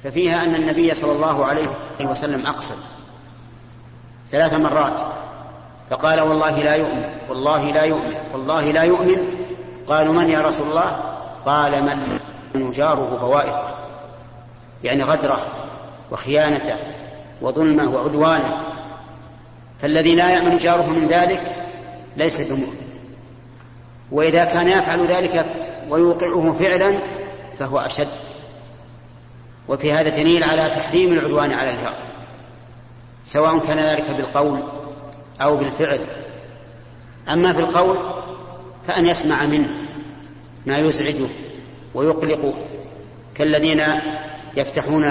ففيها أن النبي صلى الله عليه وسلم أقسم 3 مرات فقال والله لا يؤمن والله لا يؤمن والله لا يؤمن. قالوا من يا رسول الله؟ قال من جاره بوائقه، يعني غدره وخيانته وظلمه وعدوانه، فالذي لا يأمن جاره من ذلك ليس بمؤمن، وإذا كان يفعل ذلك ويوقعه فعلا فهو أشد. وفي هذا دليل على تحريم العدوان على الجار، سواء كان ذلك بالقول أو بالفعل. أما في القول فأن يسمع منه ما يزعجه ويقلقه، كالذين يفتحون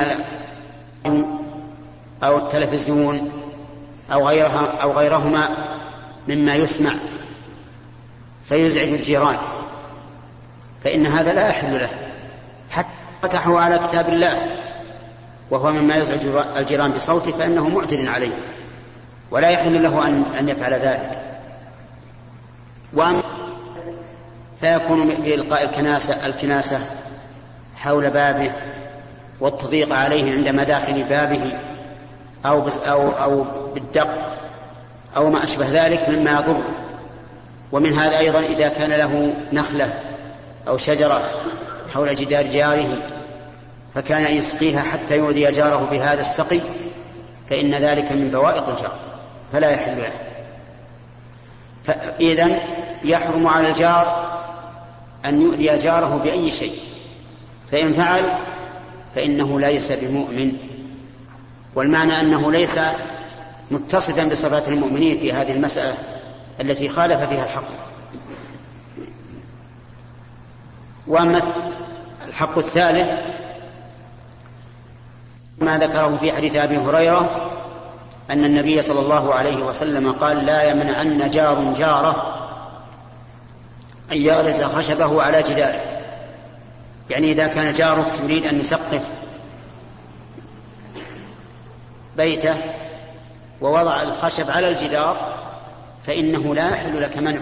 أو التلفزيون أو غيرهما مما يسمع فيزعج الجيران، فإن هذا لا يحل له، حتى فتحوا على كتاب الله وهو مما يزعج الجيران بصوته فإنه معتد عليه ولا يحل له أن يفعل ذلك. فيكون بإلقاء الكناسة حول بابه والتضييق عليه عند مداخل بابه أو بالدق أو ما أشبه ذلك مما يضر. ومن هذا أيضا إذا كان له نخلة أو شجرة حول جدار جاره فكان يسقيها حتى يؤذي جاره بهذا السقي فإن ذلك من بوائق الجار فلا يحل له. فإذن يحرم على الجار أن يؤذي جاره بأي شيء، فإن فعل فإنه ليس بمؤمن. والمعنى أنه ليس متصفا بصفات المؤمنين في هذه المسألة التي خالف فيها الحق. وأما الحق الثالث ما ذكره في حديث أبي هريرة أن النبي صلى الله عليه وسلم قال لا يمنعن جار جاره أن يغرس خشبه على جداره، يعني إذا كان جارك يريد أن يسقف بيته ووضع الخشب على الجدار فإنه لا يحل لك منعه،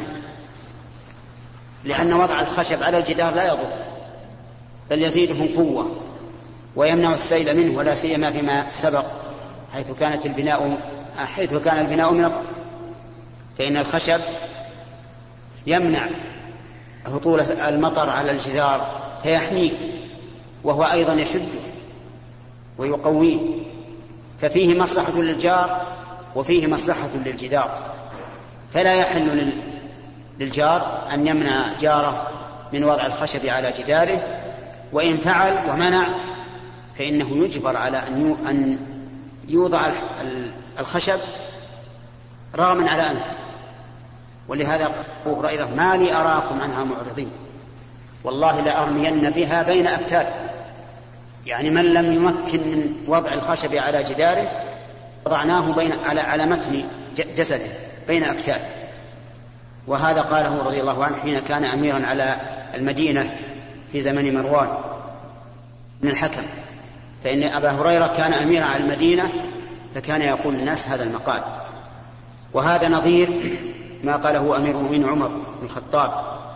لأن وضع الخشب على الجدار لا يضر بل يزيده قوة ويمنع السيل منه، ولا سيما فيما سبق حيث كان البناء من فإن الخشب يمنع هطول المطر على الجدار فيحميه، وهو أيضا يشده ويقويه، ففيه مصلحة للجار وفيه مصلحة للجدار. فلا يحل للجار أن يمنع جاره من وضع الخشب على جداره، وإن فعل ومنع فإنه يجبر على أن يوضع الخشب رغما على أنفه. ولهذا أبو هريرة ما لي أراكم عنها معرضين والله لأرمين بها بين أكتافه، يعني من لم يمكن من وضع الخشب على جداره وضعناه على متن جسده بين أكتافه. وهذا قاله رضي الله عنه حين كان أميرا على المدينة في زمن مروان بن الحكم، فإن أبا هريرة كان أميرا على المدينة فكان يقول للناس هذا المقال. وهذا نظير ما قاله أمير المؤمنين عمر بن الخطاب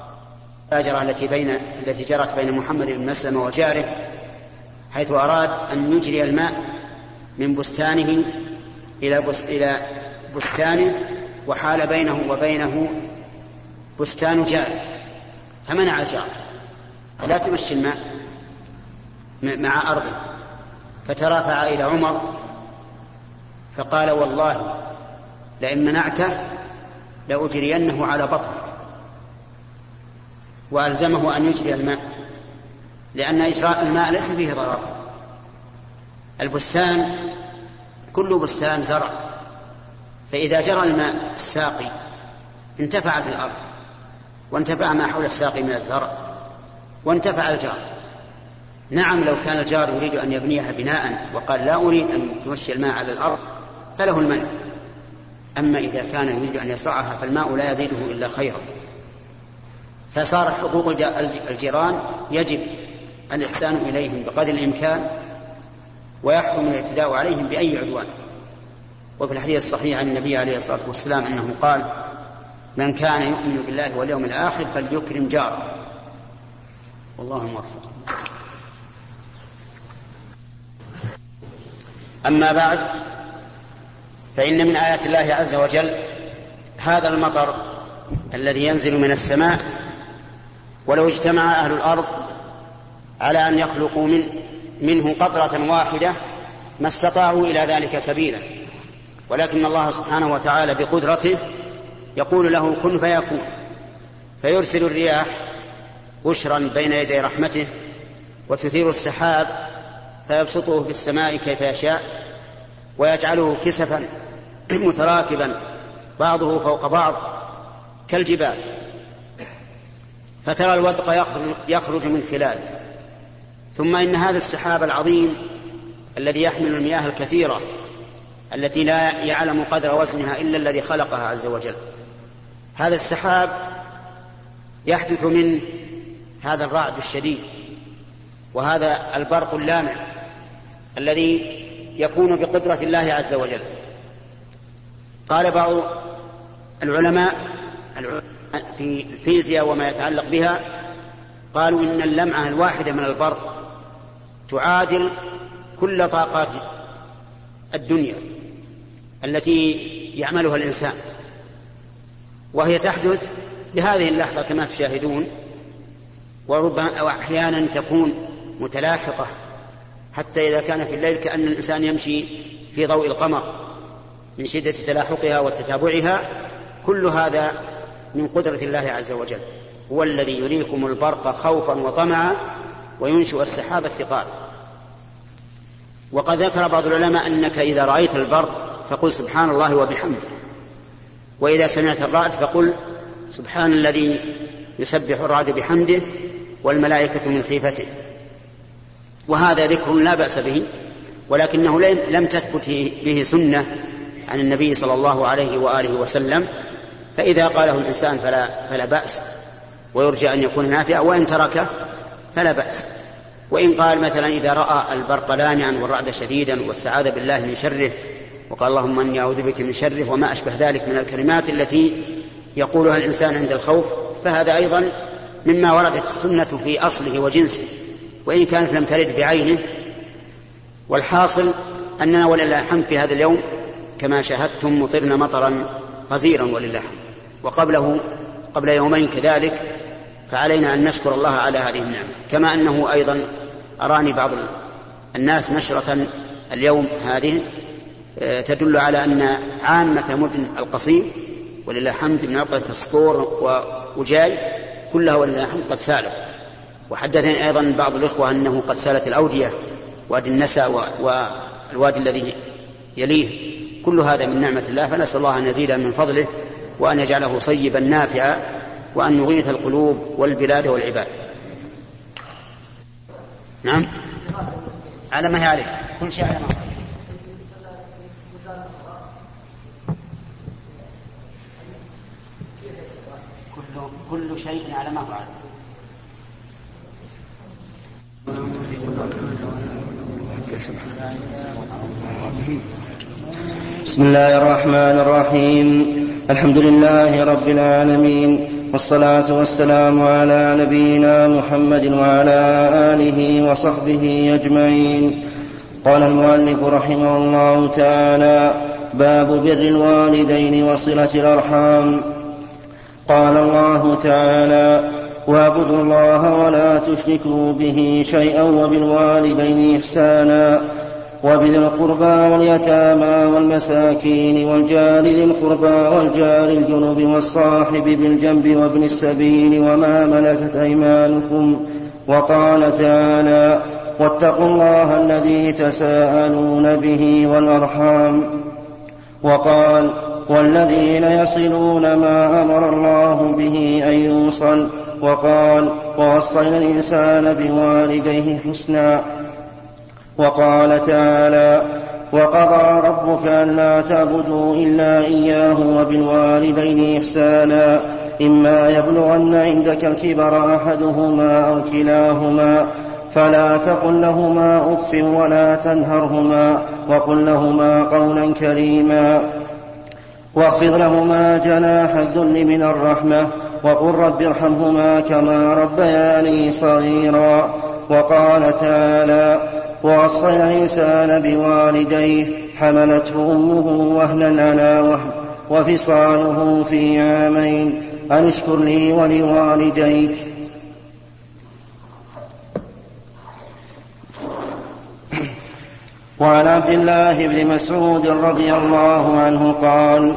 التي جرت بين محمد بن مسلمة وجاره، حيث أراد أن يجري الماء من بستانه إلى بستانه وحال بينه وبينه بستان جاره، فمنع الجار لا تمشي الماء مع أرضه، فترافع إلى عمر فقال والله لئن منعته لأجرينه على بطنه، وألزمه أن يجري الماء، لأن إجراء الماء ليس فيه ضرر. البستان كل بستان زرع، فإذا جرى الماء الساقي انتفعت الأرض وانتفع ما حول الساقي من الزرع وانتفع الجار. نعم لو كان الجار يريد أن يبنيها بناء وقال لا أريد أن تمشي الماء على الأرض فله المنع، أما إذا كان يريد أن يزرعها فالماء لا يزيده إلا خيرا. فصار حقوق الجيران يجب الإحسان إليهم بقدر الإمكان ويحرم الاعتداء عليهم بأي عدوان. وفي الحديث الصحيح عن النبي عليه الصلاة والسلام أنه قال من كان يؤمن بالله واليوم الآخر فليكرم جاره. والله موفق. أما بعد، فإن من آيات الله عز وجل هذا المطر الذي ينزل من السماء، ولو اجتمع أهل الأرض على أن يخلقوا منه قطرة واحدة ما استطاعوا إلى ذلك سبيلا، ولكن الله سبحانه وتعالى بقدرته يقول له كن فيكون، فيرسل الرياح بشرا بين يدي رحمته، وتثير السحاب فيبسطه في السماء كيف يشاء، ويجعله كسفا متراكبا بعضه فوق بعض كالجبال، فترى الودق يخرج من خلاله. ثم إن هذا السحاب العظيم الذي يحمل المياه الكثيرة التي لا يعلم قدر وزنها إلا الذي خلقها عز وجل، هذا السحاب يحدث من هذا الرعد الشديد وهذا البرق اللامع الذي يكون بقدرة الله عز وجل. قال بعض العلماء في الفيزياء وما يتعلق بها، قالوا إن اللمعة الواحدة من البرق تعادل كل طاقات الدنيا التي يعملها الإنسان، وهي تحدث بهذه اللحظة كما تشاهدون، وربما أحيانا تكون متلاحقة حتى إذا كان في الليل كأن الإنسان يمشي في ضوء القمر من شدة تلاحقها وتتابعها. كل هذا من قدرة الله عز وجل، هو الذي يريكم البرق خوفا وطمعا وينشئ السحاب الثقال. وقد ذكر بعض العلماء أنك إذا رأيت البرق فقل سبحان الله وبحمده، وإذا سمعت الرعد فقل سبحان الذي يسبح الرعد بحمده والملائكة من خيفته. وهذا ذكر لا بأس به، ولكنه لم تثبت به سنة عن النبي صلى الله عليه وآله وسلم، فإذا قاله الإنسان فلا بأس، ويرجى أن يكون نافعا، وإن تركه فلا بأس. وإن قال مثلا إذا رأى البرق لامعا والرعد شديدا واستعاذ بالله من شره وقال اللهم أني أعوذ بك من شره وما أشبه ذلك من الكلمات التي يقولها الإنسان عند الخوف، فهذا أيضا مما وردت السنة في أصله وجنسه، وإن كانت لم ترد بعينه. والحاصل أننا ولله الحمد في هذا اليوم كما شاهدتم مطرنا مطرا غزيرا ولله الحمد، وقبله قبل يومين كذلك، فعلينا أن نشكر الله على هذه النعمة. كما أنه أيضا أراني بعض الناس نشرة اليوم هذه تدل على أن عامة مدن القصيم ولله الحمد من عقلة الصقور وجاي كلها ولله الحمد قد سالت. وحدثني أيضا بعض الإخوة أنه قد سالت الأودية، وادي النسا والوادي الذي يليه، كل هذا من نعمة الله، فنسأل الله أن يزيد من فضله وأن يجعله صيبا نافعا وأن يغيث القلوب والبلاد والعباد. نعم، على ما هي عليه، كل شيء على ما هو. كل شيء على ما هو عليه. بسم الله الرحمن الرحيم. الحمد لله رب العالمين، والصلاة والسلام على نبينا محمد وعلى آله وصحبه أجمعين. قال المؤلف رحمه الله تعالى: باب بر الوالدين وصلة الأرحام. قال الله تعالى: واعبدوا الله ولا تشركوا به شيئا وبالوالدين إحسانا وبذي القربى واليتامى والمساكين والجار ذي القربى والجار الجنب والصاحب بالجنب وابن السبيل وما ملكت أيمانكم. وقال تعالى: واتقوا الله الذي تساءلون به والأرحام. وقال: والذين يصلون ما أمر الله به أن يوصل. وقال: ووصينا الإنسان بوالديه حسنا. وقال تعالى: وقضى ربك ألا تعبدوا إلا إياه وبالوالدين إحسانا إما يبلغن عندك الكبر أحدهما أو كلاهما فلا تقل لهما أف ولا تنهرهما وقل لهما قولا كريما واخفض لهما جناح الذل من الرحمة وقل رب ارحمهما كما ربياني صغيرا. وقال تعالى: ووصينا الإنسان بوالديه حملته أمه وهنا على وهن وفصاله في عامين أن اشكر لي ولوالديك. وعن عبد الله بن مسعود رضي الله عنه قال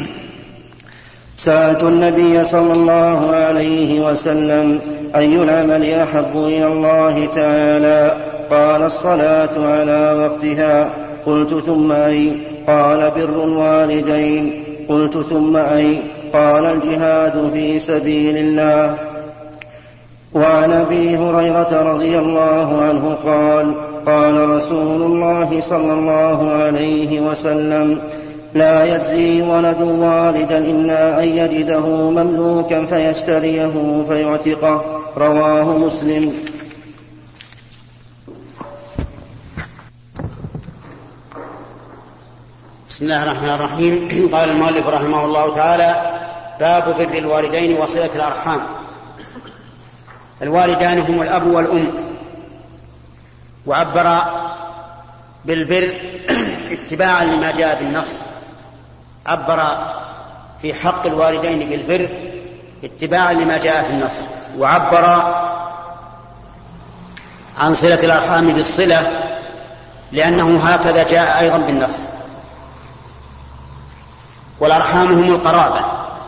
سألت النبي صلى الله عليه وسلم أي العمل أحب إلى الله تعالى؟ قال الصلاة على وقتها. قلت ثم أي؟ قال بر الوالدين. قلت ثم أي؟ قال الجهاد في سبيل الله. وعن أبي هريرة رضي الله عنه قال قال رسول الله صلى الله عليه وسلم لا يجزي ولد والدا إلا أن يجده مملوكا فيشتريه فيعتقه. رواه مسلم. بسم الله الرحمن الرحيم. قال المؤلف رحمه الله تعالى باب بر الوالدين وصلة الأرحام. الوالدان هم الأب والأم، وعبر بالبر اتباعا لما جاء بالنص، عبر في حق الوالدين بالبر اتباعا لما جاء في النص، وعبر عن صلة الأرحام بالصلة لأنه هكذا جاء أيضا بالنص. والأرحام هم القرابة،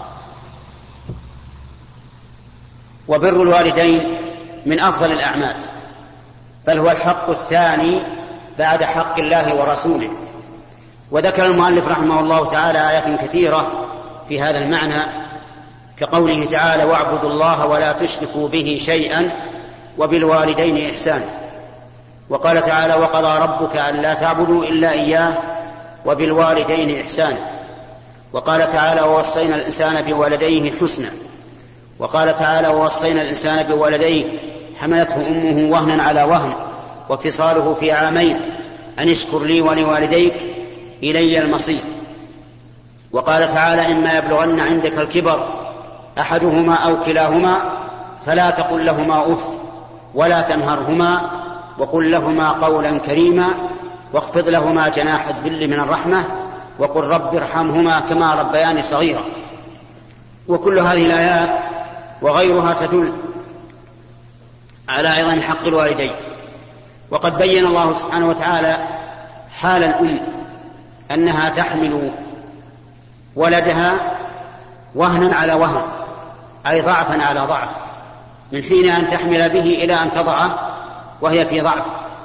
وبر الوالدين من أفضل الأعمال، بل هو الحق الثاني بعد حق الله ورسوله. وذكر المؤلف رحمه الله تعالى آيات كثيرة في هذا المعنى، كقوله تعالى واعبدوا الله ولا تشركوا به شيئا وبالوالدين إحسانا. وقال تعالى وقضى ربك ألا تعبدوا إلا إياه وبالوالدين إحسانا. وقال تعالى ووصينا الإنسان بوالديه حسنا. وقال تعالى ووصينا الإنسان بوالديه حملته أمه وهنا على وهن وفصاله في عامين أن اشكر لي ولوالديك إلي المصير. وقال تعالى إما يبلغن عندك الكبر أحدهما أو كلاهما فلا تقل لهما أف ولا تنهرهما وقل لهما قولا كريما واخفض لهما جناح الذل من الرحمة وقل رب ارحمهما كما ربياني صغيرا. وكل هذه الآيات وغيرها تدل على عظم حق الوالدين. وقد بين الله سبحانه وتعالى حال الأم أنها تحمل ولدها وهنا على وهن، أي ضعفا على ضعف، من حين أن تحمل به إلى أن تضعه وهي في ضعف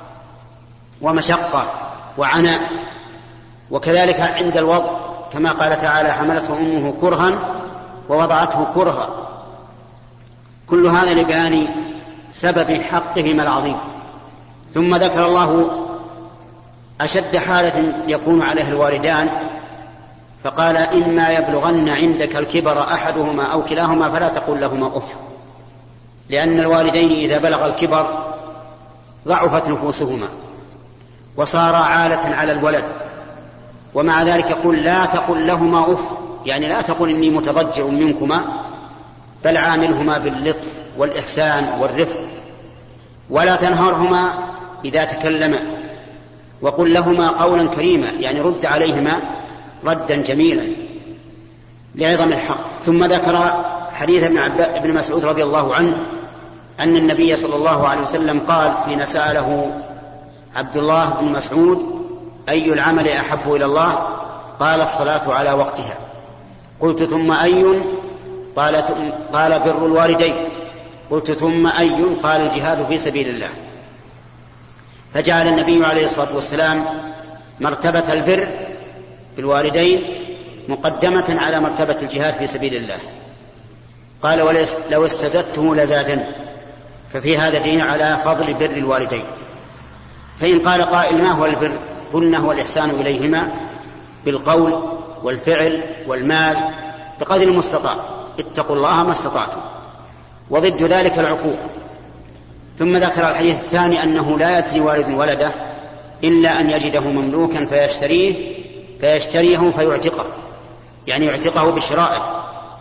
ومشقة وعناء. وكذلك عند الوضع كما قال تعالى حملته أمه كرها ووضعته كرها. كل هذا لبيان سبب حقهما العظيم. ثم ذكر الله أشد حالة يكون عليها الوالدان فقال إما يبلغن عندك الكبر أحدهما أو كلاهما فلا تقل لهما أف، لأن الوالدين إذا بلغ الكبر ضعفت نفوسهما وصار عالة على الولد. ومع ذلك يقول لا تقل لهما أف، يعني لا تقل إني متضجر منكما، بل عاملهما باللطف والإحسان والرفق، ولا تنهرهما إذا تكلما، وقل لهما قولا كريما، يعني رد عليهما ردا جميلا لعظم الحق. ثم ذكر حديث ابن مسعود رضي الله عنه أن النبي صلى الله عليه وسلم قال حين سأله عبد الله بن مسعود أي العمل أحب إلى الله؟ قال الصلاة على وقتها. قلت ثم أي؟ قال بر الوالدين. قلت ثم أي؟ قال الجهاد في سبيل الله. فجعل النبي عليه الصلاة والسلام مرتبة البر بالوالدين مقدمة على مرتبة الجهاد في سبيل الله. قال لو استزدته لزادن. ففي هذا دين على فضل بر الوالدين. فإن قال قائل ما هو البر؟ قلنا هو الإحسان إليهما بالقول والفعل والمال بقدر المستطاع، اتقوا الله ما استطعتم، وضد ذلك العقوق. ثم ذكر الحديث الثاني أنه لا يجزي والد ولده إلا أن يجده مملوكا فيشتريه فيعتقه، يعني يعتقه بشرائه،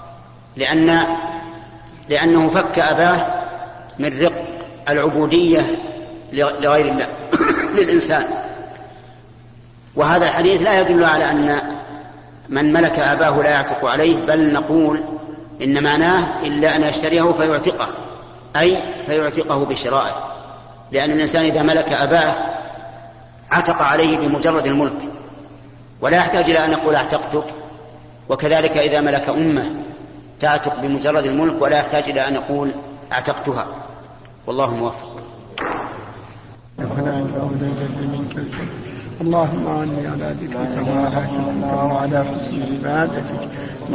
لأنه فك أباه من رق العبودية لغير الله للإنسان. وهذا الحديث لا يدل على أن من ملك أباه لا يعتق عليه، بل نقول إن معناه إلا أن يشتريه فيعتقه، أي فيعتقه بشرائه، لأن الإنسان إذا ملك أباه عتق عليه بمجرد الملك، ولا يحتاج إلى أن نقول اعتقتك. وكذلك إذا ملك أمه تعتق بمجرد الملك، ولا يحتاج إلى أن نقول اعتقتها. والله موفق. اللهم أعني على ذكرك وعلى حسن عبادتك.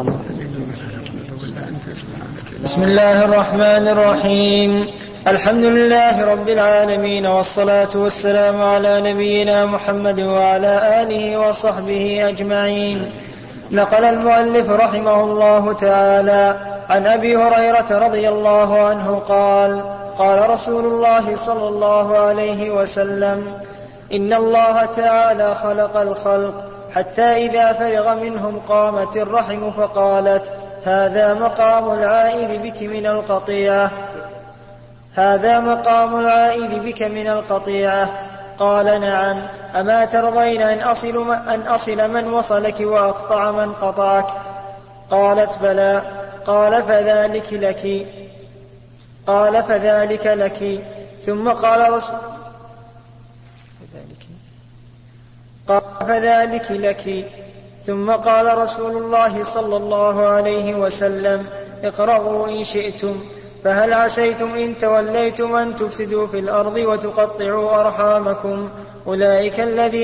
بسم الله الرحمن الرحيم. الحمد لله رب العالمين، والصلاة والسلام على نبينا محمد وعلى آله وصحبه أجمعين. نقل المؤلف رحمه الله تعالى عن أبي هريرة رضي الله عنه قال: قال رسول الله صلى الله عليه وسلم: إن الله تعالى خلق الخلق حتى إذا فرغ منهم قامت الرحم فقالت: هذا مقام العائد بك من القطيعة، هذا مقام العائد بك من القطيعة. قال: نعم. أما ترضين أن أصل من وصلك وأقطع من قطعك؟ قالت: بلى. قال: فذلك لك. ثم قال فذلك لك. ثم قال رسول الله صلى الله عليه وسلم: اقرأوا إن شئتم. فهل عسيتم إن توليتم أن تفسدوا في الأرض وتقطعوا أرحامكم؟ أولئك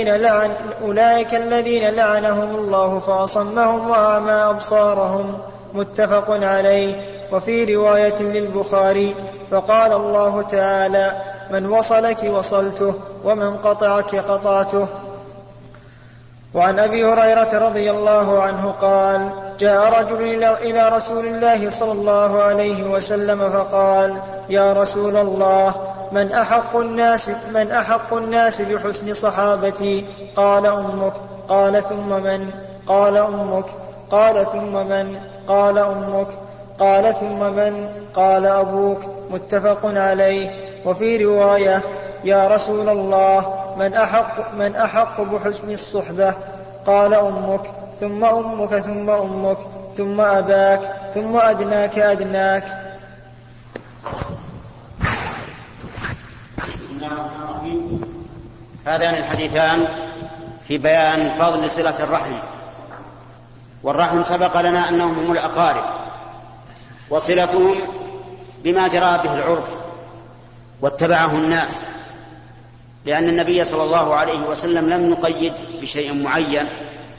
الذين لعنهم الله فأصمهم وأعمى أبصارهم. متفق عليه. وفي رواية للبخاري: فقال الله تعالى: من وصلك وصلته، ومن قطعك قطعته. وعن أبي هريرة رضي الله عنه قال: جاء رجل إلى رسول الله صلى الله عليه وسلم فقال: يا رسول الله، من أحق الناس بحسن صحابتي؟ قال: أمك. قال: ثم من؟ قال: أمك. قال: ثم من؟ قال: أمك. قال: ثم من؟ قال: أبوك. متفق عليه. وفي رواية: يا رسول الله، من أحق بحسن الصحبة؟ قال: أمك. ثم أمك. ثم أمك. ثم أباك. ثم أدناك. هذان الحديثان في بيان فضل صلة الرحم. والرحم سبق لنا أنهم هم الأقارب، وصلتهم بما جرى به العرف واتبعه الناس، لأن النبي صلى الله عليه وسلم لم يقيد بشيء معين،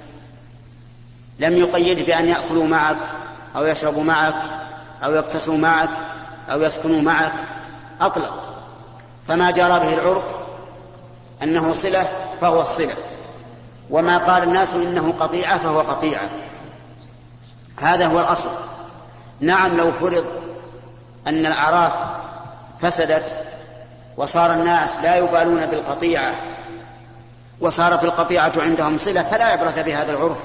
لم يقيد بأن يأكلوا معك أو يشربوا معك أو يقتسوا معك أو يسكنوا معك، أطلق. فما جرى به العرف أنه صلة فهو الصلة، وما قال الناس إنه قطيعة فهو قطيعة. هذا هو الأصل. نعم، لو فرض أن الأعراف فسدت وصار الناس لا يبالون بالقطيعة وصارت القطيعة عندهم صلة، فلا عبرة بهذا العرف،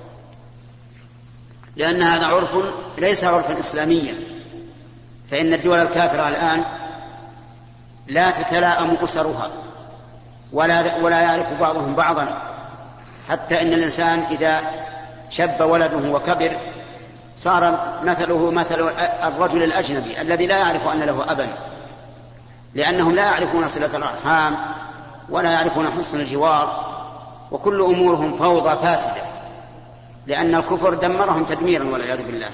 لأن هذا عرف ليس عرفا إسلاميا. فإن الدول الكافرة الآن لا تتلاءم أسرها ولا يعرف بعضهم بعضا، حتى إن الإنسان إذا شب ولده وكبر صار مثله مثل الرجل الأجنبي الذي لا يعرف أن له أبا، لأنهم لا يعرفون صلة الأرحام ولا يعرفون حسن الجوار، وكل أمورهم فوضى فاسدة، لأن الكفر دمرهم تدميرا والعياذ بالله.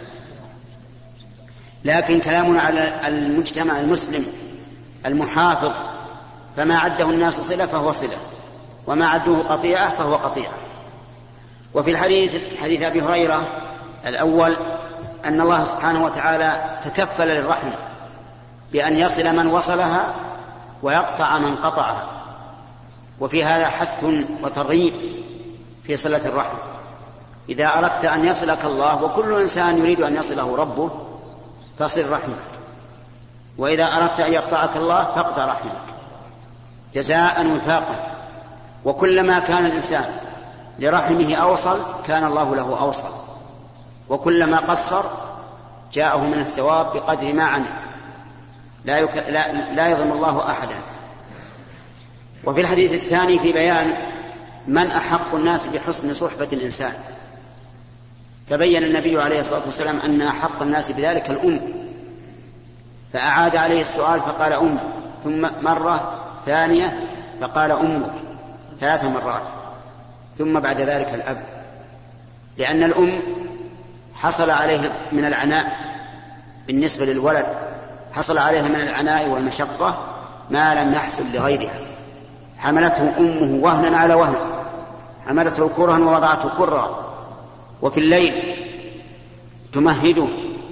لكن كلامنا على المجتمع المسلم المحافظ، فما عده الناس صلة فهو صلة، وما عدوه قطيعة فهو قطيعة. وفي الحديث حديث أبي هريرة الأول أن الله سبحانه وتعالى تكفل للرحم بأن يصل من وصلها ويقطع من قطعها، وفي هذا حث وترغيب في صلة الرحم. إذا أردت أن يصلك الله، وكل إنسان يريد أن يصله ربه، فصل رحمك، وإذا أردت أن يقطعك الله فاقطع رحمك جزاء وفاقا. وكلما كان الإنسان لرحمه أوصل كان الله له أوصل، وكلما قصر جاءه من الثواب بقدر ما عمل. لا يظلم الله أحدا. وفي الحديث الثاني في بيان من أحق الناس بحسن صحبة الإنسان، فبين النبي عليه الصلاة والسلام أن أحق الناس بذلك الأم، فأعاد عليه السؤال فقال أمك، ثم مرة ثانية فقال أمك 3 مرات، ثم بعد ذلك الأب، لأن الأم حصل عليها من العناء بالنسبة للولد، حصل عليها من العناء والمشقة ما لم يحصل لغيرها، حملته أمه وهنا على وهن، حملته كرها ووضعته كرها، وفي الليل تمهده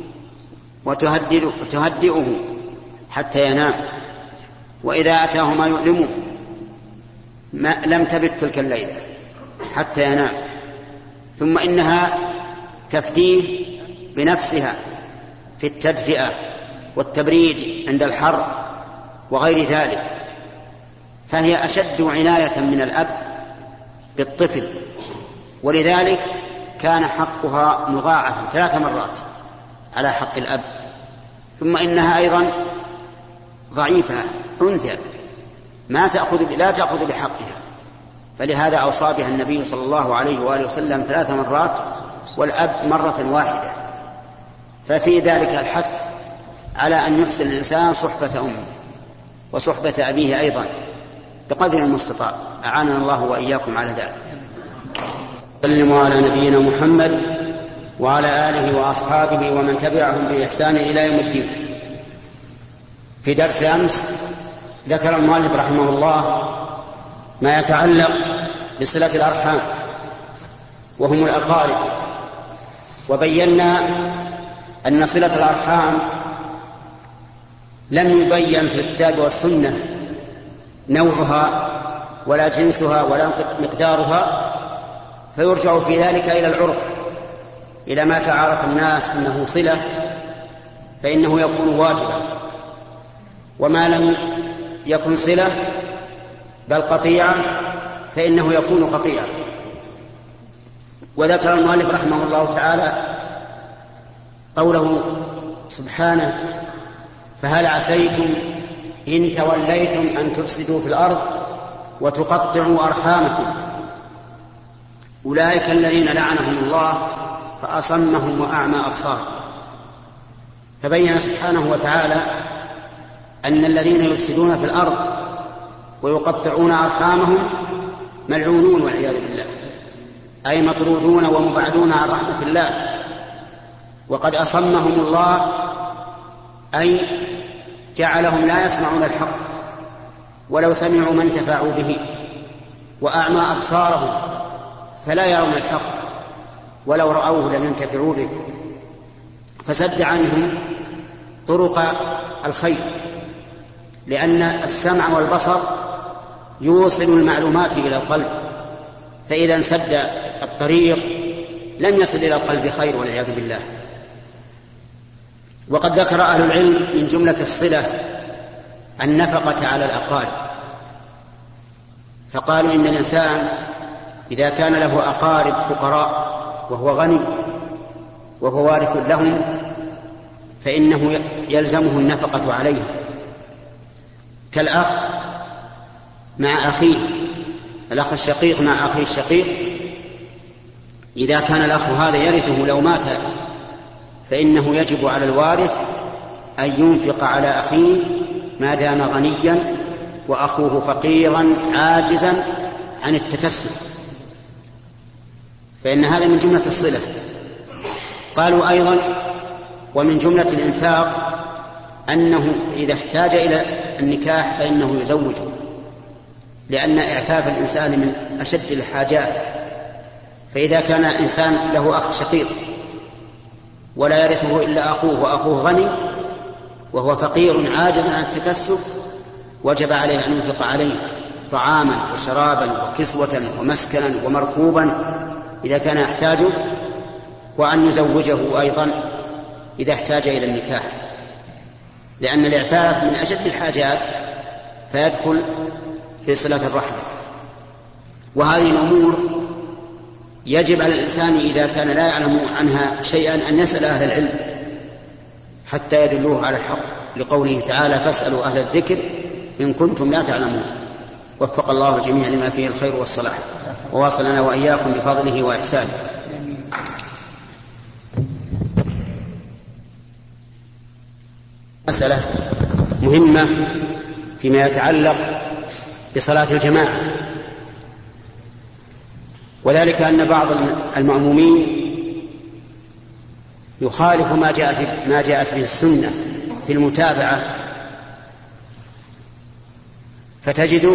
وتهدئه حتى ينام، وإذا أتاه ما يؤلمه لم تبت تلك الليلة حتى ينام، ثم إنها تفديه بنفسها في التدفئة والتبريد عند الحر وغير ذلك، فهي أشد عناية من الأب بالطفل، ولذلك كان حقها مضاعفا 3 مرات على حق الأب. ثم إنها أيضا ضعيفة أنثى لا تأخذ بحقها، فلهذا أوصى بها النبي صلى الله عليه وآله وسلم 3 مرات والأب مرة واحدة. ففي ذلك الحث على أن يحسن الإنسان صحبة أمه وصحبة أبيه أيضا بقدر المستطاع، أعاننا الله وإياكم على ذلك. سلموا على نبينا محمد وعلى آله وأصحابه ومن تبعهم بإحسان إلى يوم الدين. في درس أمس ذكر المؤلف رحمه الله ما يتعلق بصلة الأرحام وهم الأقارب، وبينا أن صلة الأرحام لم يبين في الكتاب والسنة نوعها ولا جنسها ولا مقدارها، فيرجع في ذلك إلى العرف، إلى ما تعارف الناس أنه صلة فإنه يكون واجبا، وما لم يكن صلة بل قطيعة فإنه يكون قطيعة. وذكر المؤلف رحمه الله تعالى قوله سبحانه: فهل عسيتم إن توليتم أن تفسدوا في الأرض وتقطعوا أرحامكم أولئك الذين لعنهم الله فأصمهم وأعمى أبصارهم. فبين سبحانه وتعالى أن الذين يفسدون في الأرض ويقطعون أرحامهم ملعونون والعياذ بالله، أي مطرودون ومبعدون عن رحمة الله، وقد أصمهم الله أي جعلهم لا يسمعون الحق ولو سمعوا ما انتفعوا به، وأعمى أبصارهم فلا يرون الحق ولو رأوه لم ينتفعوا به، فسد عنهم طرق الخير، لأن السمع والبصر يوصل المعلومات إلى القلب، فإذا انسد الطريق لم يصل إلى القلب خير والعياذ بالله. وقد ذكر أهل العلم من جملة الصلة النفقة على الأقارب، فقالوا إن الإنسان إذا كان له أقارب فقراء وهو غني وهو وارث لهم فإنه يلزمه النفقة عليه، كالأخ مع أخيه، الأخ الشقيق مع أخيه الشقيق، إذا كان الأخ هذا يرثه لو مات فإنه يجب على الوارث أن ينفق على أخيه ما دام غنيا وأخوه فقيرا عاجزا عن التكسب، فإن هذا من جملة الصلة. قالوا أيضا ومن جملة الإنفاق أنه إذا احتاج إلى النكاح فإنه يزوجه، لأن إعفاف الإنسان من أشد الحاجات، فإذا كان إنسان له أخ شقيق ولا يرثه إلا أخوه وأخوه غني وهو فقير عاجز عن التكسب وجب عليه أن ينفق عليه طعاما وشرابا وكسوة ومسكنا ومركوبا إذا كان يحتاجه، وأن يزوجه أيضا إذا احتاج إلى النكاح، لأن الإعفاف من أشد الحاجات فيدخل في صلة الرحم. وهذه الأمور يجب على الإنسان إذا كان لا يعلم عنها شيئا أن يسأل أهل العلم حتى يدلوه على الحق، لقوله تعالى: فاسألوا أهل الذكر إن كنتم لا تعلمون. وفق الله الجميع لما فيه الخير والصلاح، وواصلنا وإياكم بفضله وإحسانه. مسألة مهمة فيما يتعلق بصلاة الجماعة، وذلك أن بعض المأمومين يخالف ما جاءت به السنة في المتابعة، فتجده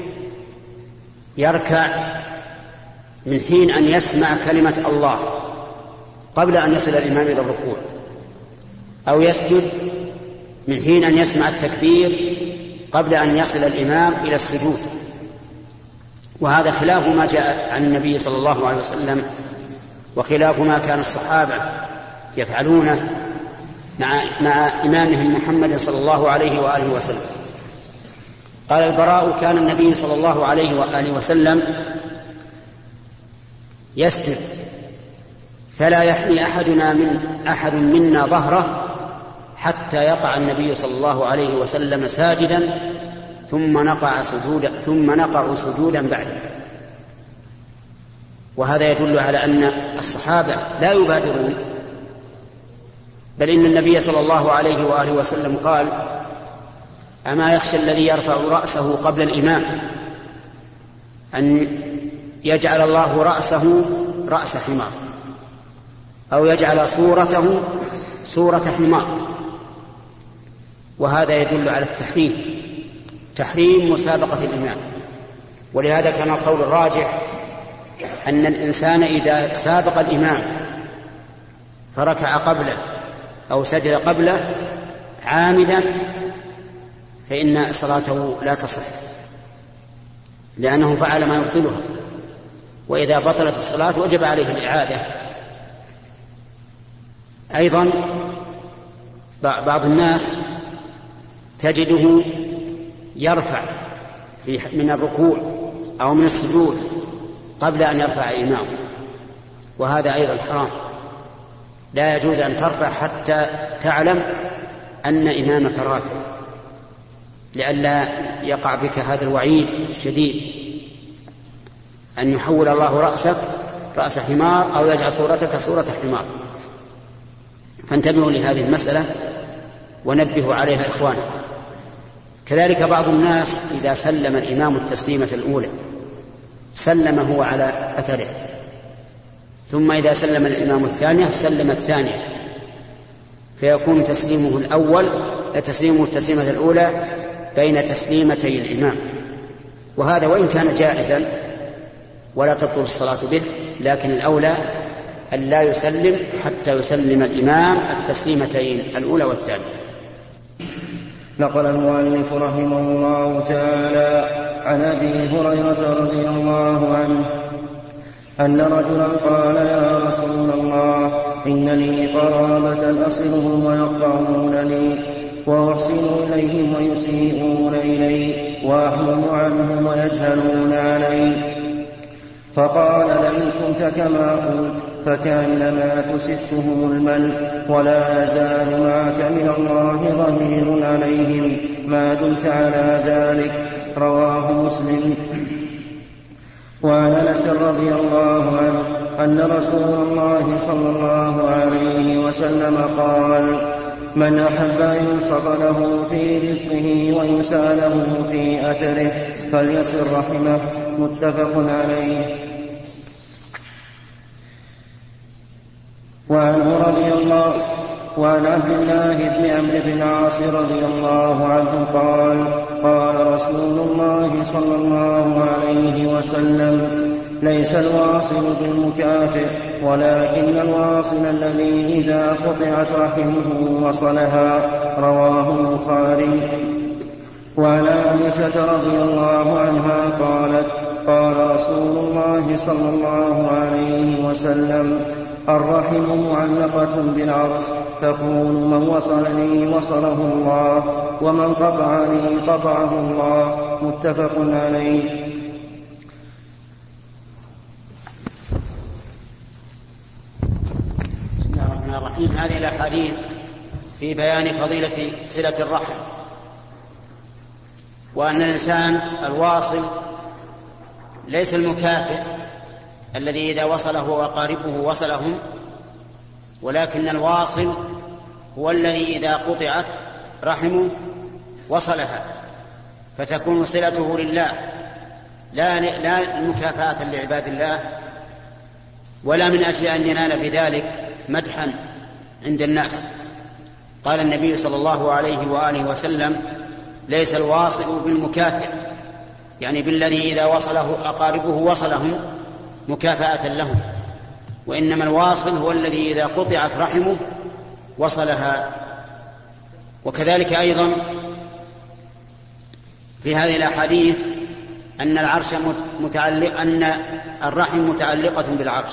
يركع من حين أن يسمع كلمة الله قبل أن يصل الإمام إلى الركوع، أو يسجد من حين أن يسمع التكبير قبل أن يصل الإمام إلى السجود، وهذا خلاف ما جاء عن النبي صلى الله عليه وسلم، وخلاف ما كان الصحابة يفعلونه مع إمامهم محمد صلى الله عليه وآله وسلم. قال البراء: كان النبي صلى الله عليه وآله وسلم يسجد فلا يحني أحد منا ظهره حتى يقع النبي صلى الله عليه وسلم ساجدا ثم نقع سجودا بعده. وهذا يدل على أن الصحابة لا يبادرون، بل إن النبي صلى الله عليه وآله وسلم قال: أما يخشى الذي يرفع رأسه قبل الإمام أن يجعل الله رأسه رأس حمار، أو يجعل صورته صورة حمار. وهذا يدل على تحريم مسابقة الإمام. ولهذا كان القول الراجح أن الإنسان إذا سابق الإمام فركع قبله أو سجد قبله عامدا فإن صلاته لا تصح، لأنه فعل ما يبطلها، وإذا بطلت الصلاة وجب عليه الإعادة. أيضا بعض الناس تجده يرفع من الركوع أو من السجود قبل أن يرفع الإمام، وهذا أيضا حرام. لا يجوز أن ترفع حتى تعلم أن إمامك رافع، لئلا يقع بك هذا الوعيد الشديد أن يحول الله رأسك رأس حمار أو يجعل صورتك صورة حمار. فانتبهوا لهذه المسألة ونبهوا عليها إخوانا. كذلك بعض الناس إذا سلم الإمام التسليمة الأولى سلم هو على أثره، ثم إذا سلم الإمام الثانية سلم الثانية، فيكون تسليمه التسليمة الأولى بين تسليمتي الإمام. وهذا وإن كان جائزا ولا تبطل الصلاة به، لكن الأولى أن لا يسلم حتى يسلم الإمام التسليمتين الأولى والثانية. نقل المؤلف رحمه الله تعالى عن أبي هريرة رضي الله عنه أن رجلا قال: يا رسول الله، إن لي قرابة أصلهم ويقطعونني وأحسن إليهم ويسيئون إلي وأحلم عنهم ويجهلون علي. فقال: لئن كنت كما قلت فكأنما تسفهم المل، ولا يزال معك من الله ظهير عليهم ما دمت على ذلك. رواه مسلم. وعن أنس رضي الله عنه أن رسول الله صلى الله عليه وسلم قال: من أحب أن ينصت له في رزقه ويسأل له في أثره فليصل رحمه. متفق عليه. وعن عبد الله بن عمرو بن العاص رضي الله عنه قال: قال رسول الله صلى الله عليه وسلم: ليس الواصل بالمكافئ، ولكن الواصل الذي إذا قطعت رحمه وصلها. رواه البخاري. وعن عائشة رضي الله عنها قالت: قال رسول الله صلى الله عليه وسلم: الرحم معلقة بالعرش، تقول من وصلني وصله الله، ومن قطعني قطعه الله. متفق عليه. بسم الله الرحمن الرحيم. هذه الأحاديث في بيان فضيلة صلة الرحم، وأن الإنسان الواصل ليس المكافئ الذي إذا وصله وأقاربه وصلهم، ولكن الواصل هو الذي إذا قطعت رحمه وصلها، فتكون صلته لله لا مكافأة لعباد الله، ولا من أجل أن ينال بذلك مدحا عند الناس. قال النبي صلى الله عليه وآله وسلم: ليس الواصل بالمكافئ، يعني بالذي إذا وصله أقاربه وصلهم مكافأة لهم، وإنما الواصل هو الذي إذا قطعت رحمه وصلها. وكذلك أيضا في هذه الأحاديث أن أن الرحم متعلقة بالعرش،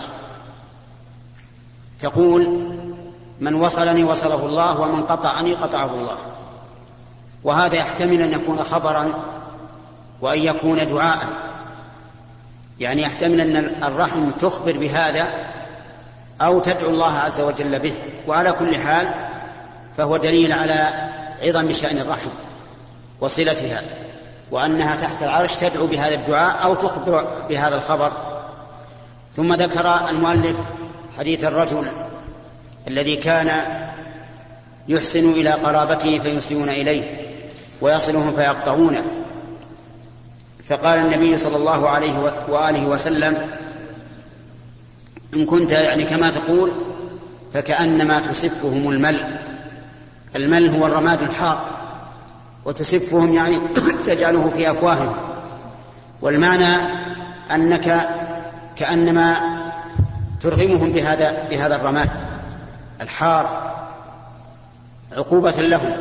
تقول: من وصلني وصله الله، ومن قطعني قطعه الله. وهذا يحتمل أن يكون خبرا وأن يكون دعاء، يعني يحتمل أن الرحم تخبر بهذا أو تدعو الله عز وجل به. وعلى كل حال فهو دليل على عظم شأن الرحم وصلتها، وأنها تحت العرش تدعو بهذا الدعاء أو تخبر بهذا الخبر. ثم ذكر المؤلف حديث الرجل الذي كان يحسن إلى قرابته فيسيئون إليه، ويصلهم فيقطعونه. فقال النبي صلى الله عليه وآله وسلم: إن كنت يعني كما تقول فكأنما تسفهم المل هو الرماد الحار، وتسفهم يعني تجعله في أفواههم. والمعنى أنك كأنما ترغمهم بهذا الرماد الحار عقوبة لهم،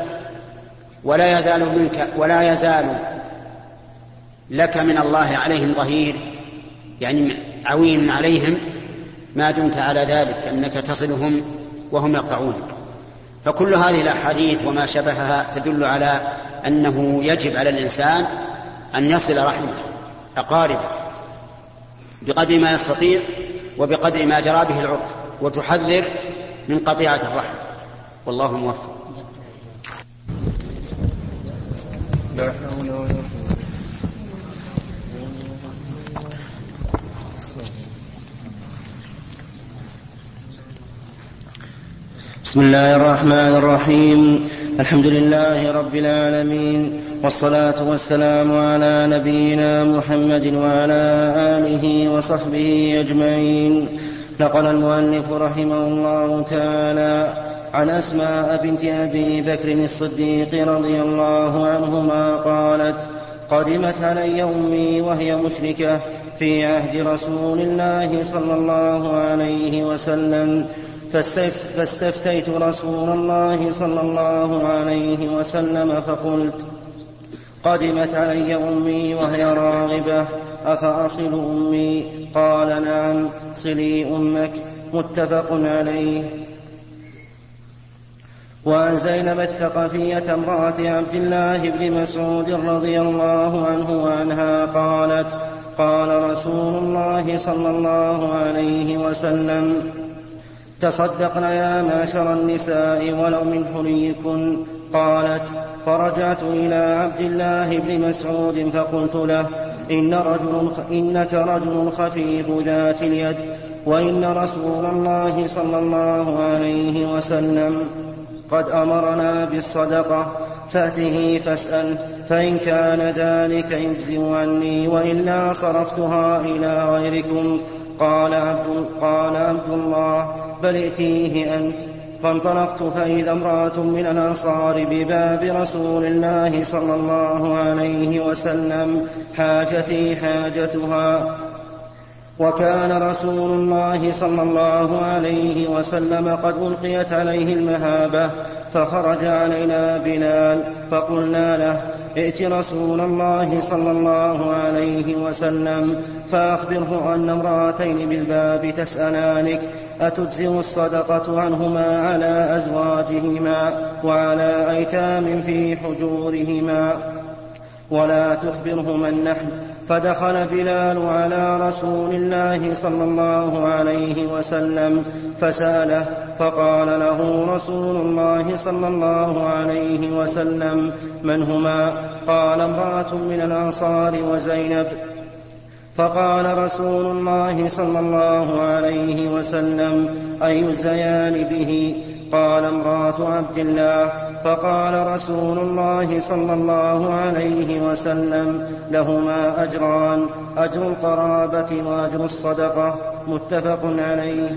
ولا يزال لك من الله عليهم ظهير، يعني عوين عليهم ما دمت على ذلك، أنك تصلهم وهم يقطعونك. فكل هذه الأحاديث وما شبهها تدل على أنه يجب على الإنسان أن يصل رحمه أقاربه بقدر ما يستطيع وبقدر ما جرى به العرف، وتحذر من قطيعة الرحم. والله موفق. بسم الله الرحمن الرحيم. الحمد لله رب العالمين، والصلاة والسلام على نبينا محمد وعلى آله وصحبه أجمعين. نقل المؤلف رحمه الله تعالى عن أسماء بنت أبي بكر الصديق رضي الله عنهما قالت: قدمت علي أمي وهي مشركة في عهد رسول الله صلى الله عليه وسلم، فاستفتيت رسول الله صلى الله عليه وسلم فقلت: قدمت علي أمي وهي راغبة، أفأصل أمي؟ قال: نعم، صلي أمك. متفق عليه. وعن زينب الثقفية امرأة عبد الله بن مسعود رضي الله عنه وعنها قالت: قال رسول الله صلى الله عليه وسلم: تصدقن يا معشر النساء ولو من حليكن. قالت: فرجعت إلى عبد الله بن مسعود فقلت له: إنك رجل خفيف ذات اليد، وإن رسول الله صلى الله عليه وسلم قد أمرنا بالصدقة، فأته فاسأل، فإن كان ذلك يجزئ عني، وإلا صرفتها إلى غيركم. قال عبد الله: بل ائتيه أنت. فانطلقت فإذا امرأة من الأنصار بباب رسول الله صلى الله عليه وسلم، حاجتي حاجتها. وكان رسول الله صلى الله عليه وسلم قد ألقيت عليه المهابة، فخرج علينا بلال، فقلنا له: ائت رسول الله صلى الله عليه وسلم فأخبره أن امرأتين بالباب تسألانك أتجزئ الصدقة عنهما على أزواجهما وعلى أيتام في حجورهما، ولا تخبره من نحن. فدخل بلال على رسول الله صلى الله عليه وسلم فسأله فقال له رسول الله صلى الله عليه وسلم: من هما؟ قال: امرأة من الأنصار وزينب. فقال رسول الله صلى الله عليه وسلم: أي الزيان به؟ قال: امرأة عبد الله. فقال رسول الله صلى الله عليه وسلم: لهما أجران، أجر القرابة وأجر الصدقة. متفق عليه.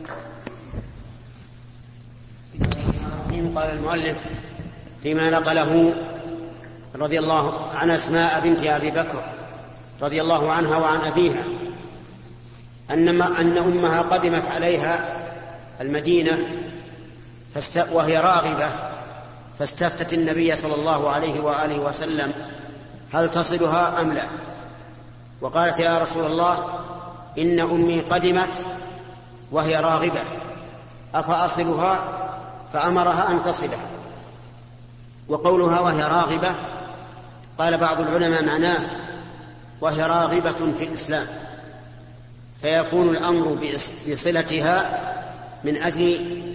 قال المؤلف فيما نقله رضي الله عن أسماء بنت أبي بكر رضي الله عنها وعن أبيها أن أمها قدمت عليها المدينة وهي راغبة، فاستفتت النبي صلى الله عليه وآله وسلم هل تصلها أم لا؟ وقالت: يا رسول الله، إن أمي قدمت وهي راغبة أفأصلها؟ فأمرها أن تصلها. وقولها وهي راغبة قال بعض العلماء معناه وهي راغبة في الإسلام، فيكون الأمر بصلتها من أجل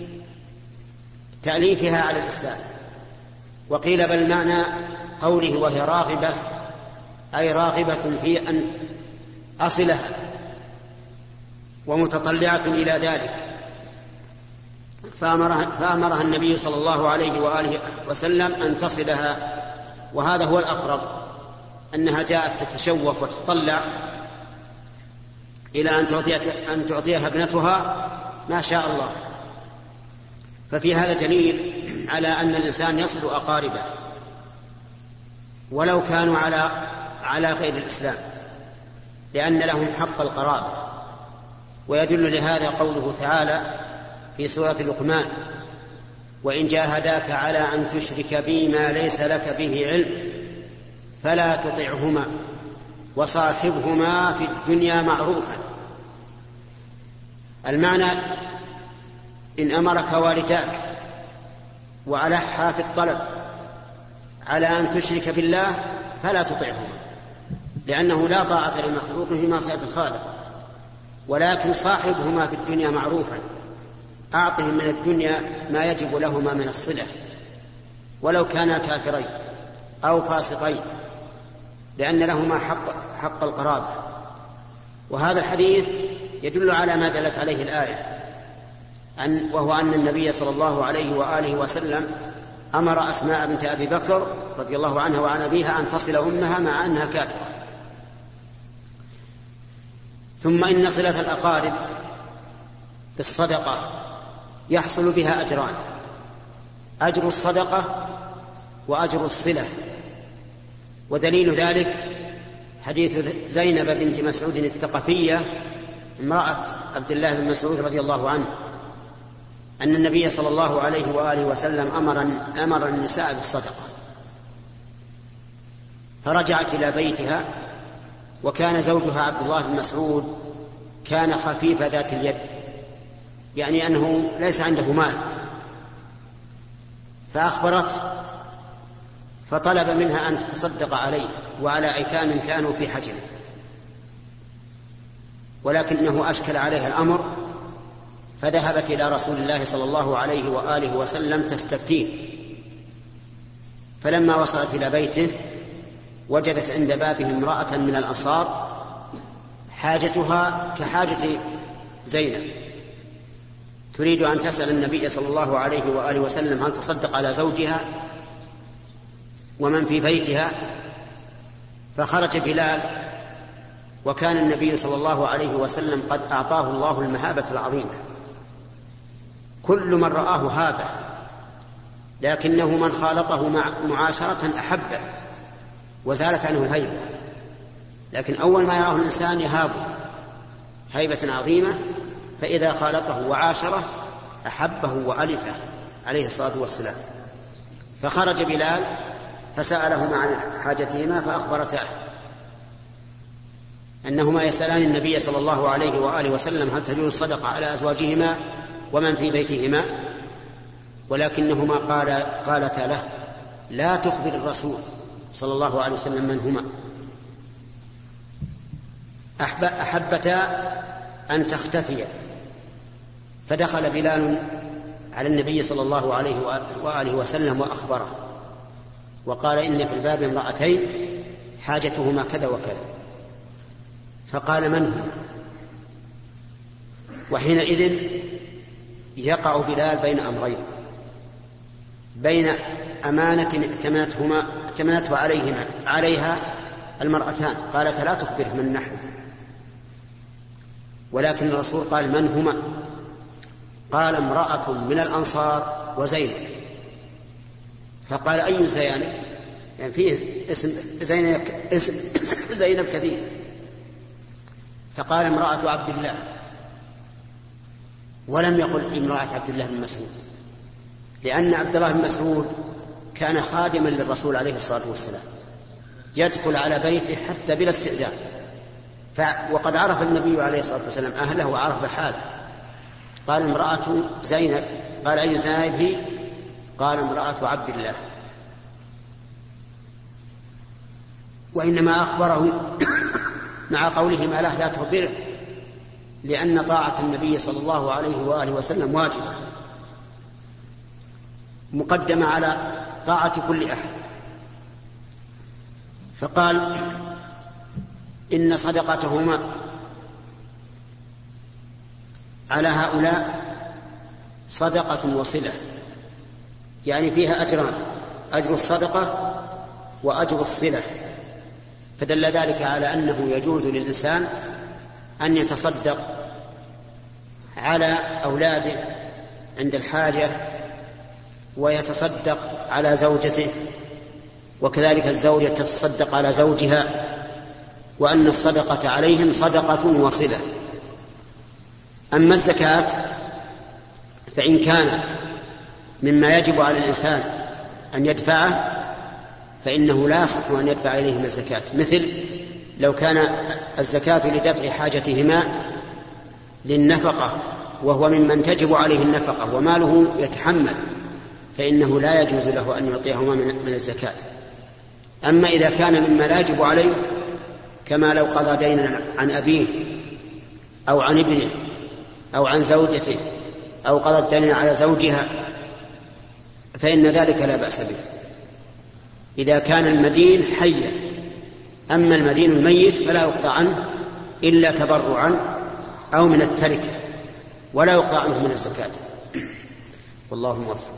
تأليفها على الإسلام. وقيل بل معنى قوله وهي راغبة أي راغبة في أن أصلها ومتطلعة إلى ذلك، فأمرها النبي صلى الله عليه وآله وسلم أن تصلها. وهذا هو الأقرب، أنها جاءت تتشوف وتتطلع إلى أن تعطيها ابنتها ما شاء الله. ففي هذا دليل على أن الإنسان يصل أقاربه ولو كانوا على غير الإسلام، لأن لهم حق القرابة. ويدل لهذا قوله تعالى في سورة لقمان: وإن جاهداك على أن تشرك بي ما ليس لك به علم فلا تطعهما وصاحبهما في الدنيا معروفا. المعنى: إن أمرك والداك وألحا في الطلب على أن تشرك بالله فلا تطعهما، لأنه لا طاعة لمخلوق في معصية الخالق، ولكن صاحبهما في الدنيا معروفا، أعطهم من الدنيا ما يجب لهما من الصلة ولو كانا كافرين أو فاسقين، لأن لهما حق القرابة. وهذا الحديث يدل على ما دلت عليه الآية، وهو أن النبي صلى الله عليه وآله وسلم أمر أسماء بنت أبي بكر رضي الله عنها وعن أبيها أن تصل أمها مع أنها كافرة. ثم إن صلة الأقارب بالصدقة يحصل بها أجران: أجر الصدقة وأجر الصلة. ودليل ذلك حديث زينب بنت مسعود الثقفية امرأة عبد الله بن مسعود رضي الله عنه أن النبي صلى الله عليه وآله وسلم أمر النساء بالصدقة، فرجعت إلى بيتها وكان زوجها عبد الله بن مسعود كان خفيف ذات اليد، يعني أنه ليس عنده مال، فأخبرت فطلب منها أن تتصدق عليه وعلى أيتام كانوا في حجمه، ولكنه أشكل عليها الأمر، فذهبت إلى رسول الله صلى الله عليه وآله وسلم تستفتيه. فلما وصلت إلى بيته وجدت عند بابه امرأة من الأنصار حاجتها كحاجة زينب، تريد أن تسأل النبي صلى الله عليه وآله وسلم هل تصدق على زوجها ومن في بيتها. فخرج بلال، وكان النبي صلى الله عليه وسلم قد أعطاه الله المهابة العظيمة، كل من رآه هابه، لكنه من خالطه معاشرة أحبه وزالت عنه الهيبة. لكن أول ما يراه الإنسان يهابه هيبة عظيمة، فإذا خالطه وعاشره أحبه وألفه عليه الصلاة والسلام. فخرج بلال فسألهما عن حاجتهما فأخبرته أنهما يسألان النبي صلى الله عليه وآله وسلم هل تجوز الصدقة على أزواجهما ومن في بيتهما، ولكنهما قالتا له لا تخبر الرسول صلى الله عليه وسلم من هما. أحبتا أن تختفيا، فدخل بلال على النبي صلى الله عليه وآله وسلم وأخبره وقال إن في الباب امرأتين حاجتهما كذا وكذا، فقال من هما؟ وحينئذ يقع بلال بين أمرين، بين أمانة اكتمنته عليها المرأتان، قالت لا تخبره من نحن، ولكن الرسول قال من هما؟ قال امرأة من الأنصار وزينب، فقال أي زينب؟ يعني فيه اسم زينب كثير، فقال امرأة عبد الله، ولم يقل امرأة عبد الله بن مسعود، لأن عبد الله بن مسعود كان خادما للرسول عليه الصلاة والسلام، يدخل على بيته حتى بلا استئذان، وقد عرف النبي عليه الصلاة والسلام أهله وعرف حاله. قال امرأة زينب، قال أي زينب هي؟ قال امرأة عبد الله، وإنما أخبره مع قوله ما له لا تخبره، لأن طاعة النبي صلى الله عليه وآله وسلم واجبة مقدمة على طاعة كل أحد. فقال إن صدقتهما على هؤلاء صدقة وصلة، يعني فيها أجران، أجر الصدقة وأجر الصلة، فدل ذلك على أنه يجوز للإنسان أن يتصدق على أولاده عند الحاجة، ويتصدق على زوجته، وكذلك الزوجة تتصدق على زوجها، وأن الصدقة عليهم صدقة وصلة. أما الزكاة فإن كان مما يجب على الإنسان أن يدفعه فإنه لا يصح أن يدفع إليهم الزكاة، مثل لو كان الزكاة لدفع حاجتهما للنفقة وهو ممن تجب عليه النفقة وماله يتحمل، فإنه لا يجوز له أن يعطيهما من الزكاة. أما إذا كان مما لا يجب عليه، كما لو قضى دينا عن أبيه أو عن ابنه أو عن زوجته أو قضى الدين على زوجها، فإن ذلك لا بأس به إذا كان المدين حيا. أما المدين الميت فلا يقضى عنه إلا تبرعا أو من التركة، ولا يقضى عنه من الزكاة. والله موفق.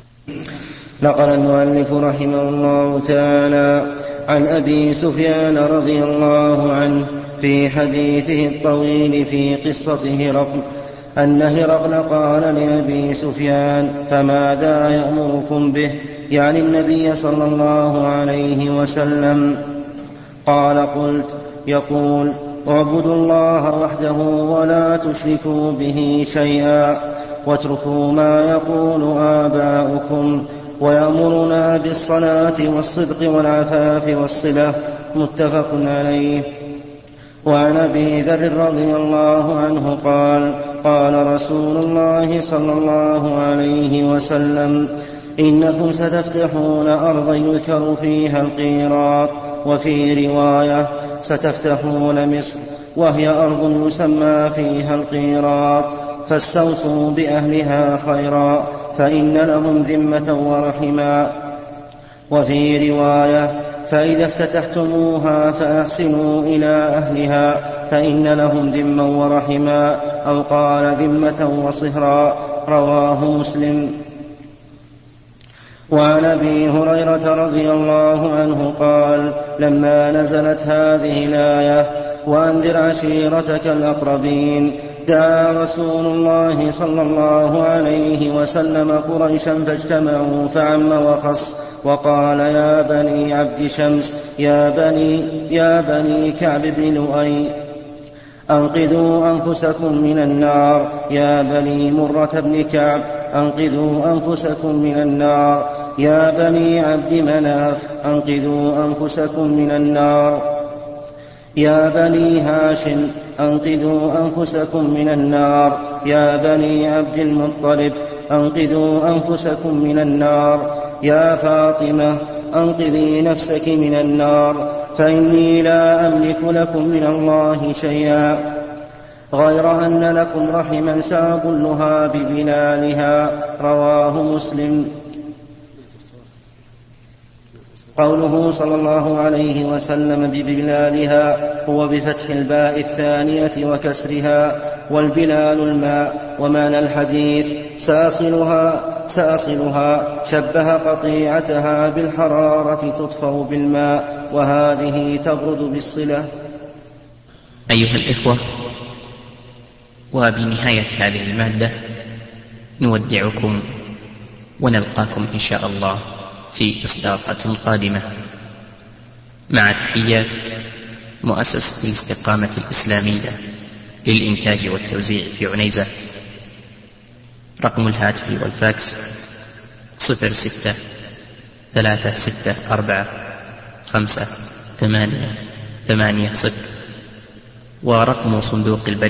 نقل المؤلف رحمه الله تعالى عن أبي سفيان رضي الله عنه في حديثه الطويل في قصة هرقل أن هرقل قال لأبي سفيان فماذا يأمركم به، يعني النبي صلى الله عليه وسلم؟ قال قلت يقول اعبدوا الله وحده ولا تشركوا به شيئا واتركوا ما يقول آباؤكم، ويأمرنا بالصلاة والصدق والعفاف والصلة. متفق عليه. وعن أبي ذر رضي الله عنه قال قال رسول الله صلى الله عليه وسلم إنكم ستفتحون أرضا يذكر فيها القيراط، وفي رواية ستفتحون مصر وهي أرض يسمى فيها القيراط، فاستوصوا بأهلها خيرا فإن لهم ذمة ورحما. وفي رواية فإذا افتتحتموها فأحسنوا إلى أهلها فإن لهم ذما ورحما، أو قال ذمة وصهرا. رواه مسلم. وعن أبي هريرة رضي الله عنه قال لما نزلت هذه الآية وأنذر عشيرتك الأقربين دعا رسول الله صلى الله عليه وسلم قريشا فاجتمعوا فعم وخص وقال يا بني عبد شمس يا بني كعب بن لؤي أنقذوا أنفسكم من النار، يا بني مرة بن كعب أنقذوا أنفسكم من النار، يا بني عبد مناف أنقذوا أنفسكم من النار، يا بني هاشم أنقذوا أنفسكم من النار، يا بني عبد المطلب أنقذوا أنفسكم من النار، يا فاطمة أنقذي نفسك من النار فإني لا أملك لكم من الله شيئا غير أن لكم رحما سأبلها ببلالها. رواه مسلم. قوله صلى الله عليه وسلم ببلالها هو بفتح الباء الثانية وكسرها، والبلال الماء. ومعنى الحديث سأصلها شبه قطيعتها بالحرارة تطفأ بالماء، وهذه تبرد بالصلة. أيها الإخوة، وبنهاية هذه المادة نودعكم ونلقاكم إن شاء الله في إصداقة قادمة، مع تحيات مؤسسة الاستقامة الإسلامية للإنتاج والتوزيع في عنيزة. رقم الهاتف والفاكس 06-364-5-8-8-0، ورقم صندوق البريد